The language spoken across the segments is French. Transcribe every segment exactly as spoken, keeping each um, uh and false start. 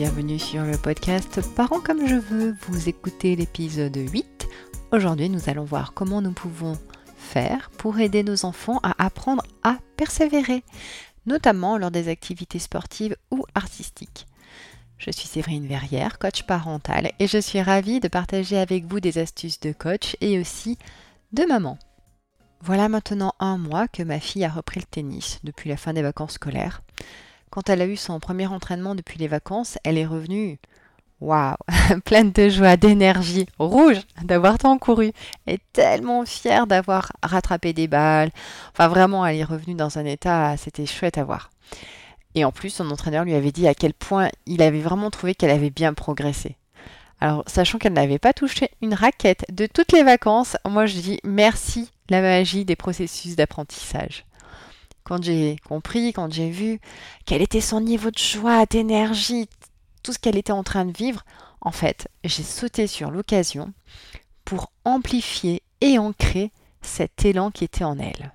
bienvenue sur le podcast Parents comme je veux. Vous écoutez l'épisode huit. Aujourd'hui, nous allons voir comment nous pouvons faire pour aider nos enfants à apprendre à persévérer, notamment lors des activités sportives ou artistiques. Je suis Séverine Verrière, coach parental, et je suis ravie de partager avec vous des astuces de coach et aussi de maman. Voilà maintenant un mois que ma fille a repris le tennis depuis la fin des vacances scolaires. Quand elle a eu son premier entraînement depuis les vacances, elle est revenue, waouh, pleine de joie, d'énergie, rouge d'avoir tant couru, et tellement fière d'avoir rattrapé des balles. Enfin vraiment, elle est revenue dans un état, c'était chouette à voir. Et en plus, son entraîneur lui avait dit à quel point il avait vraiment trouvé qu'elle avait bien progressé. Alors, sachant qu'elle n'avait pas touché une raquette de toutes les vacances, moi je dis merci la magie des processus d'apprentissage. Quand j'ai compris, quand j'ai vu quel était son niveau de joie, d'énergie, tout ce qu'elle était en train de vivre, en fait, j'ai sauté sur l'occasion pour amplifier et ancrer cet élan qui était en elle.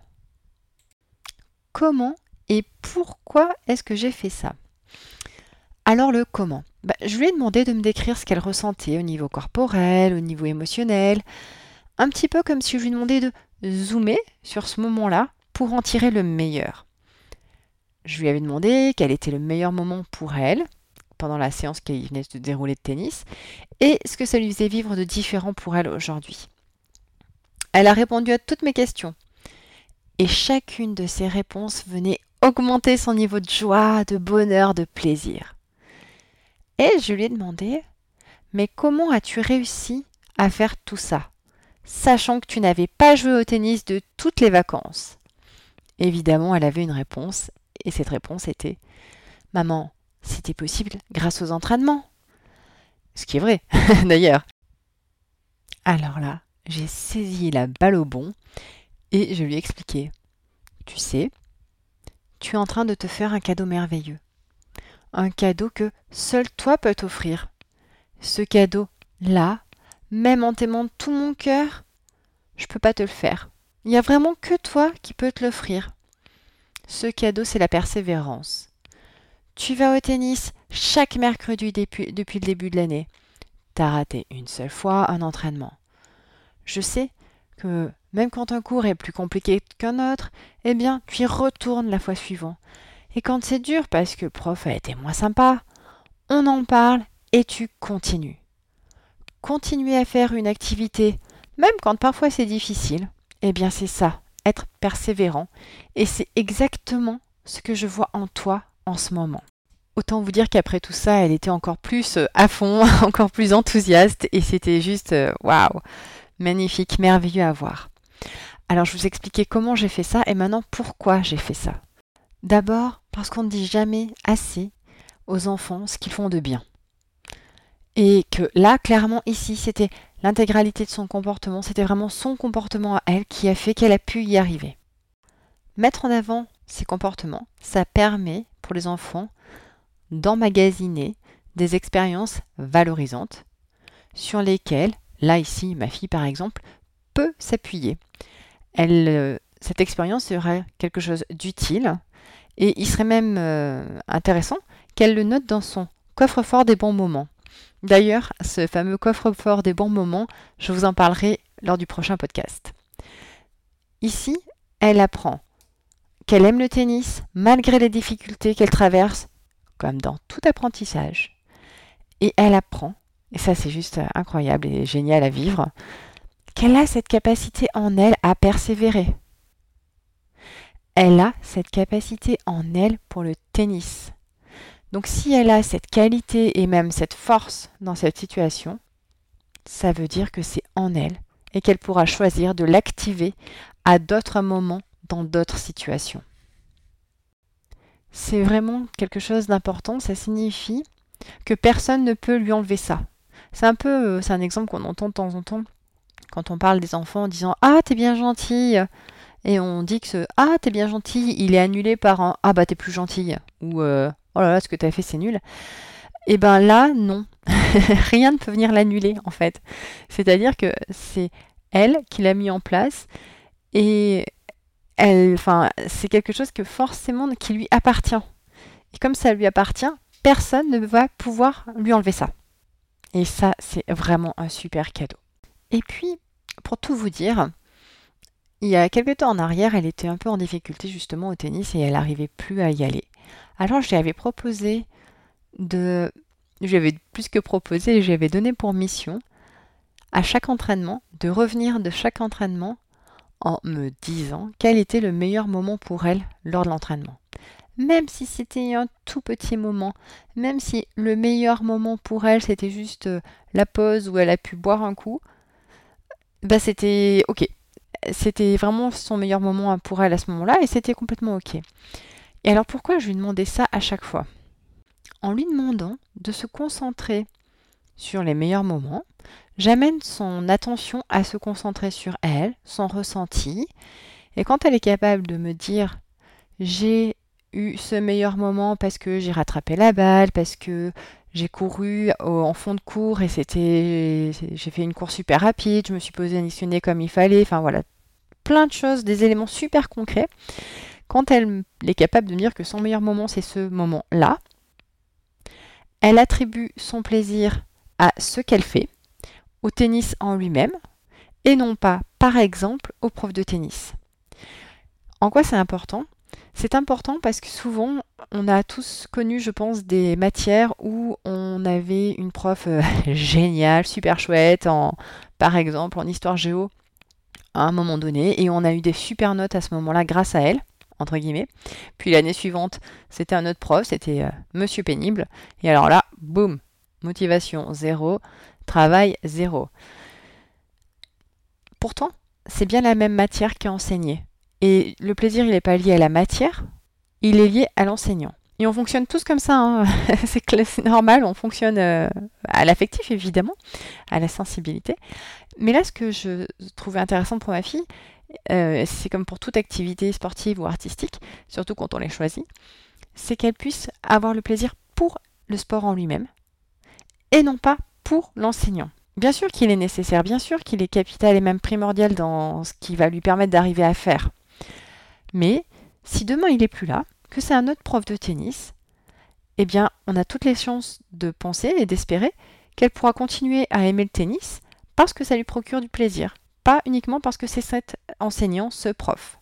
Comment et pourquoi est-ce que j'ai fait ça ? Alors le comment ? Bah, je lui ai demandé de me décrire ce qu'elle ressentait au niveau corporel, au niveau émotionnel, un petit peu comme si je lui demandais de zoomer sur ce moment-là pour en tirer le meilleur. Je lui avais demandé quel était le meilleur moment pour elle pendant la séance qui venait de se dérouler de tennis et ce que ça lui faisait vivre de différent pour elle aujourd'hui. Elle a répondu à toutes mes questions et chacune de ses réponses venait augmenter son niveau de joie, de bonheur, de plaisir. Et je lui ai demandé « Mais comment as-tu réussi à faire tout ça, sachant que tu n'avais pas joué au tennis de toutes les vacances ?» Évidemment, elle avait une réponse, et cette réponse était « Maman, c'était possible grâce aux entraînements. » Ce qui est vrai, d'ailleurs. Alors là, j'ai saisi la balle au bond, et je lui ai expliqué « Tu sais, tu es en train de te faire un cadeau merveilleux. Un cadeau que seul toi peux t'offrir. Ce cadeau-là, même en t'aimant de tout mon cœur, je ne peux pas te le faire. Il n'y a vraiment que toi qui peux te l'offrir. Ce cadeau, c'est la persévérance. Tu vas au tennis chaque mercredi depuis, depuis le début de l'année. T'as raté une seule fois un entraînement. Je sais que même quand un cours est plus compliqué qu'un autre, eh bien, tu y retournes la fois suivante. Et quand c'est dur parce que le prof a été moins sympa, on en parle et tu continues. Continuer à faire une activité, même quand parfois c'est difficile, eh bien c'est ça, être persévérant. Et c'est exactement ce que je vois en toi en ce moment. Autant vous dire qu'après tout ça, elle était encore plus à fond, encore plus enthousiaste et c'était juste waouh, magnifique, merveilleux à voir. Alors je vous expliquais comment j'ai fait ça et maintenant pourquoi j'ai fait ça. D'abord parce qu'on ne dit jamais assez aux enfants ce qu'ils font de bien. Et que là, clairement, ici, c'était l'intégralité de son comportement, c'était vraiment son comportement à elle qui a fait qu'elle a pu y arriver. Mettre en avant ses comportements, ça permet pour les enfants d'emmagasiner des expériences valorisantes sur lesquelles, là ici, ma fille par exemple, peut s'appuyer. Elle, euh, cette expérience sera quelque chose d'utile et il serait même euh, intéressant qu'elle le note dans son coffre-fort des bons moments. D'ailleurs, ce fameux coffre-fort des bons moments, je vous en parlerai lors du prochain podcast. Ici, elle apprend qu'elle aime le tennis malgré les difficultés qu'elle traverse, comme dans tout apprentissage. Et elle apprend, et ça c'est juste incroyable et génial à vivre, qu'elle a cette capacité en elle à persévérer. Elle a cette capacité en elle pour le tennis. Donc si elle a cette qualité et même cette force dans cette situation, ça veut dire que c'est en elle et qu'elle pourra choisir de l'activer à d'autres moments dans d'autres situations. C'est vraiment quelque chose d'important, ça signifie que personne ne peut lui enlever ça. C'est un peu, c'est un exemple qu'on entend de temps en temps quand on parle des enfants en disant « Ah, t'es bien gentille !» et on dit que ce « Ah, t'es bien gentille !» il est annulé par un « Ah, bah t'es plus gentille !» ou euh, « Oh là là, ce que t'as fait, c'est nul !» Et ben là, non. Rien ne peut venir l'annuler, en fait. C'est-à-dire que c'est elle qui l'a mis en place et elle, enfin, c'est quelque chose que forcément qui lui appartient. Et comme ça lui appartient, personne ne va pouvoir lui enlever ça. Et ça, c'est vraiment un super cadeau. Et puis, pour tout vous dire, il y a quelques temps en arrière, elle était un peu en difficulté justement au tennis et elle n'arrivait plus à y aller. Alors je lui avais proposé de... Je lui avais plus que proposé, je lui avais donné pour mission à chaque entraînement de revenir de chaque entraînement en me disant quel était le meilleur moment pour elle lors de l'entraînement. Même si c'était un tout petit moment, même si le meilleur moment pour elle c'était juste la pause où elle a pu boire un coup, bah c'était ok. C'était vraiment son meilleur moment pour elle à ce moment-là et c'était complètement ok. Et alors pourquoi je lui demandais ça à chaque fois? En lui demandant de se concentrer sur les meilleurs moments, j'amène son attention à se concentrer sur elle, son ressenti. Et quand elle est capable de me dire j'ai eu ce meilleur moment parce que j'ai rattrapé la balle, parce que j'ai couru au, en fond de cours et c'était, j'ai fait une course super rapide, je me suis positionnée comme il fallait, enfin voilà, plein de choses, des éléments super concrets. Quand elle est capable de me dire que son meilleur moment c'est ce moment-là, elle attribue son plaisir à ce qu'elle fait, au tennis en lui-même, et non pas, par exemple, au prof de tennis. En quoi c'est important ? C'est important parce que souvent, on a tous connu, je pense, des matières où on avait une prof euh, géniale, super chouette, en, par exemple en histoire géo, à un moment donné, et on a eu des super notes à ce moment-là grâce à elle, entre guillemets. Puis l'année suivante, c'était un autre prof, c'était euh, Monsieur Pénible, et alors là, boum, motivation zéro, travail zéro. Pourtant, c'est bien la même matière qui est enseignée. Et le plaisir, il n'est pas lié à la matière, il est lié à l'enseignant. Et on fonctionne tous comme ça, hein. c'est, c'est normal, on fonctionne euh, à l'affectif évidemment, à la sensibilité. Mais là, ce que je trouvais intéressant pour ma fille, euh, c'est comme pour toute activité sportive ou artistique, surtout quand on les choisit, c'est qu'elle puisse avoir le plaisir pour le sport en lui-même et non pas pour l'enseignant. Bien sûr qu'il est nécessaire, bien sûr qu'il est capital et même primordial dans ce qui va lui permettre d'arriver à faire. Mais si demain il n'est plus là, que c'est un autre prof de tennis, eh bien on a toutes les chances de penser et d'espérer qu'elle pourra continuer à aimer le tennis parce que ça lui procure du plaisir, pas uniquement parce que c'est cet enseignant, ce prof.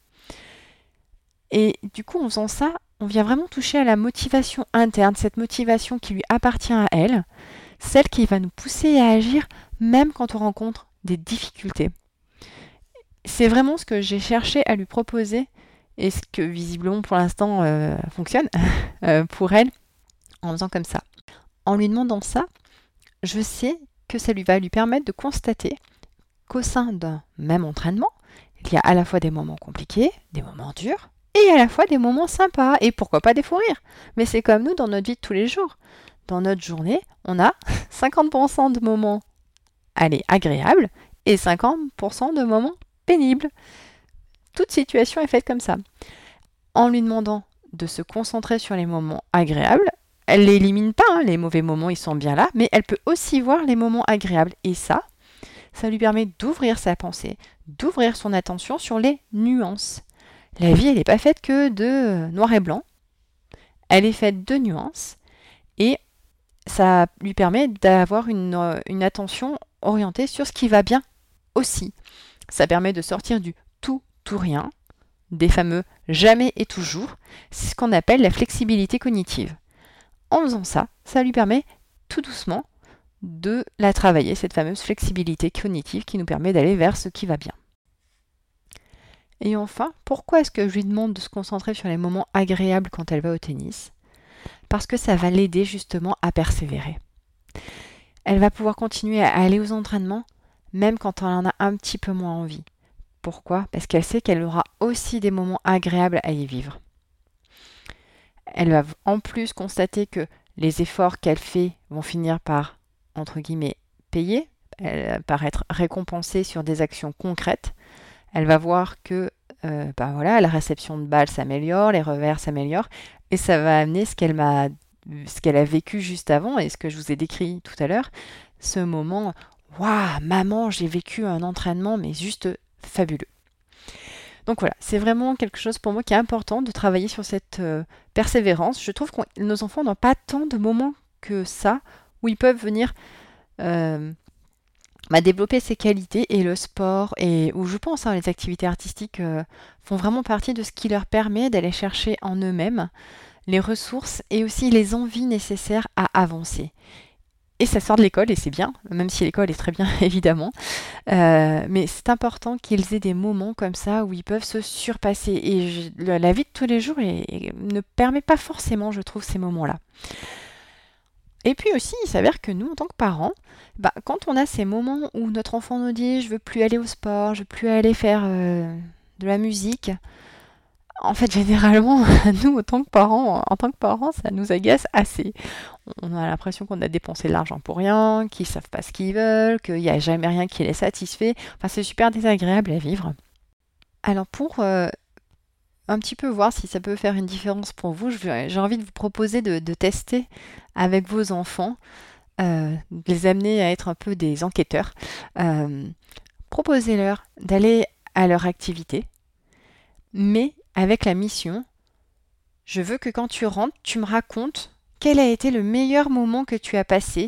Et du coup, en faisant ça, on vient vraiment toucher à la motivation interne, cette motivation qui lui appartient à elle, celle qui va nous pousser à agir même quand on rencontre des difficultés. C'est vraiment ce que j'ai cherché à lui proposer et ce que visiblement pour l'instant euh, fonctionne euh, pour elle en faisant comme ça. En lui demandant ça, je sais que ça lui va lui permettre de constater qu'au sein d'un même entraînement, il y a à la fois des moments compliqués, des moments durs, et à la fois des moments sympas, et pourquoi pas des fous rires. Mais c'est comme nous dans notre vie de tous les jours. Dans notre journée, on a cinquante pour cent de moments allez, agréables et cinquante pour cent de moments pénibles. Toute situation est faite comme ça. En lui demandant de se concentrer sur les moments agréables, elle ne les élimine pas, hein, les mauvais moments, ils sont bien là, mais elle peut aussi voir les moments agréables. Et ça, ça lui permet d'ouvrir sa pensée, d'ouvrir son attention sur les nuances. La vie, elle n'est pas faite que de noir et blanc. Elle est faite de nuances et ça lui permet d'avoir une, une attention orientée sur ce qui va bien aussi. Ça permet de sortir du tout, tout rien, des fameux jamais et toujours. C'est ce qu'on appelle la flexibilité cognitive. En faisant ça, ça lui permet tout doucement de la travailler, cette fameuse flexibilité cognitive qui nous permet d'aller vers ce qui va bien. Et enfin, pourquoi est-ce que je lui demande de se concentrer sur les moments agréables quand elle va au tennis ? Parce que ça va l'aider justement à persévérer. Elle va pouvoir continuer à aller aux entraînements, même quand elle en a un petit peu moins envie. Pourquoi ? Parce qu'elle sait qu'elle aura aussi des moments agréables à y vivre. Elle va en plus constater que les efforts qu'elle fait vont finir par, entre guillemets, payer, par être récompensée sur des actions concrètes. Elle va voir que euh, ben voilà, la réception de balles s'améliore, les revers s'améliorent, et ça va amener ce qu'elle m'a, ce qu'elle a vécu juste avant et ce que je vous ai décrit tout à l'heure, ce moment, waouh, maman, j'ai vécu un entraînement mais juste fabuleux. Donc voilà, c'est vraiment quelque chose pour moi qui est important de travailler sur cette euh, persévérance. Je trouve que nos enfants n'ont pas tant de moments que ça où ils peuvent venir euh, bah, développer ces qualités et le sport et où je pense hein, les activités artistiques euh, font vraiment partie de ce qui leur permet d'aller chercher en eux-mêmes les ressources et aussi les envies nécessaires à avancer. Et ça sort de l'école et c'est bien, même si l'école est très bien évidemment. Euh, mais c'est important qu'ils aient des moments comme ça où ils peuvent se surpasser. Et je- la la vie de tous les jours est- est- ne permet pas forcément, je trouve, ces moments-là. Et puis aussi, il s'avère que nous, en tant que parents, bah, quand on a ces moments où notre enfant nous dit je veux plus aller au sport, je veux plus aller faire euh, de la musique, en fait, généralement, nous, en tant que parents, en tant que parents, ça nous agace assez. On a l'impression qu'on a dépensé de l'argent pour rien, qu'ils savent pas ce qu'ils veulent, qu'il n'y a jamais rien qui les satisfait. Enfin, c'est super désagréable à vivre. Alors, pour euh, un petit peu voir si ça peut faire une différence pour vous, je vais- j'ai envie de vous proposer de, de tester avec vos enfants, euh, de les amener à être un peu des enquêteurs. Euh, Proposez-leur d'aller à leur activité, mais avec la mission, je veux que quand tu rentres, tu me racontes quel a été le meilleur moment que tu as passé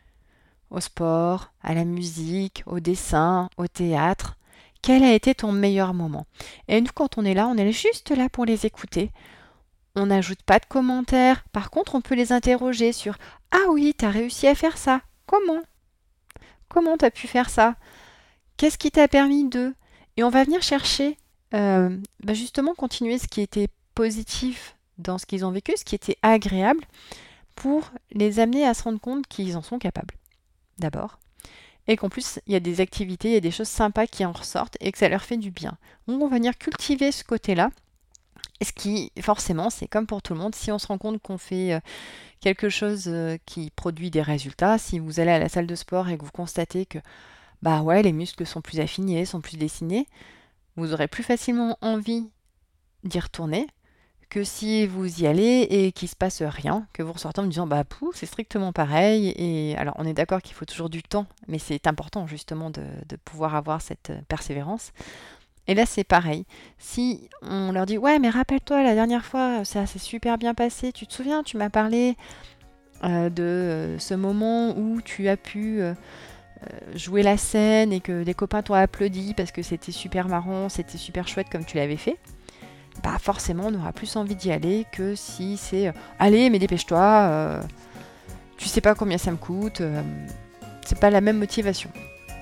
au sport, à la musique, au dessin, au théâtre. Quel a été ton meilleur moment? Et nous, quand on est là, on est juste là pour les écouter. On n'ajoute pas de commentaires. Par contre, on peut les interroger sur ah oui, t'as réussi à faire ça. Comment? Comment t'as pu faire ça? Qu'est-ce qui t'a permis de? Et on va venir chercher, euh, bah justement, continuer ce qui était positif dans ce qu'ils ont vécu, ce qui était agréable, pour les amener à se rendre compte qu'ils en sont capables, d'abord. Et qu'en plus, il y a des activités, il y a des choses sympas qui en ressortent et que ça leur fait du bien. Donc on va venir cultiver ce côté-là. Ce qui, forcément, c'est comme pour tout le monde, si on se rend compte qu'on fait euh, quelque chose euh, qui produit des résultats, si vous allez à la salle de sport et que vous constatez que bah ouais, les muscles sont plus affinés, sont plus dessinés, vous aurez plus facilement envie d'y retourner que si vous y allez et qu'il se passe rien, que vous ressortez en me disant bah pou, c'est strictement pareil. Et alors on est d'accord qu'il faut toujours du temps, mais c'est important justement de, de pouvoir avoir cette euh, persévérance. Et là c'est pareil. Si on leur dit ouais mais rappelle-toi la dernière fois ça s'est super bien passé, tu te souviens, tu m'as parlé euh, de euh, ce moment où tu as pu euh, jouer la scène et que des copains t'ont applaudi parce que c'était super marrant, c'était super chouette comme tu l'avais fait, bah forcément on aura plus envie d'y aller que si c'est euh, allez mais dépêche-toi, euh, tu sais pas combien ça me coûte, euh, c'est pas la même motivation.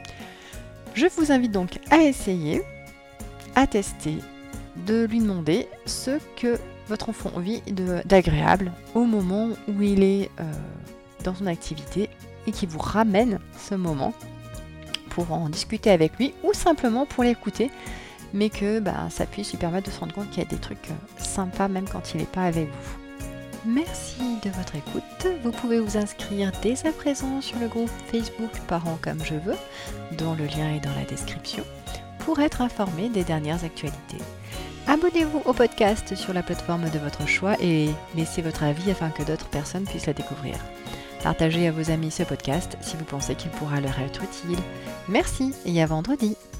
Je vous invite donc à essayer, à tester, de lui demander ce que votre enfant vit de- d'agréable au moment où il est euh, dans son activité et qui vous ramène ce moment pour en discuter avec lui ou simplement pour l'écouter, mais que bah, ça puisse lui permettre de se rendre compte qu'il y a des trucs euh, sympas même quand il n'est pas avec vous. Merci de votre écoute. Vous pouvez vous inscrire dès à présent sur le groupe Facebook Parents comme je veux, dont le lien est dans la description, pour être informé des dernières actualités. Abonnez-vous au podcast sur la plateforme de votre choix et laissez votre avis afin que d'autres personnes puissent la découvrir. Partagez à vos amis ce podcast si vous pensez qu'il pourra leur être utile. Merci et à vendredi.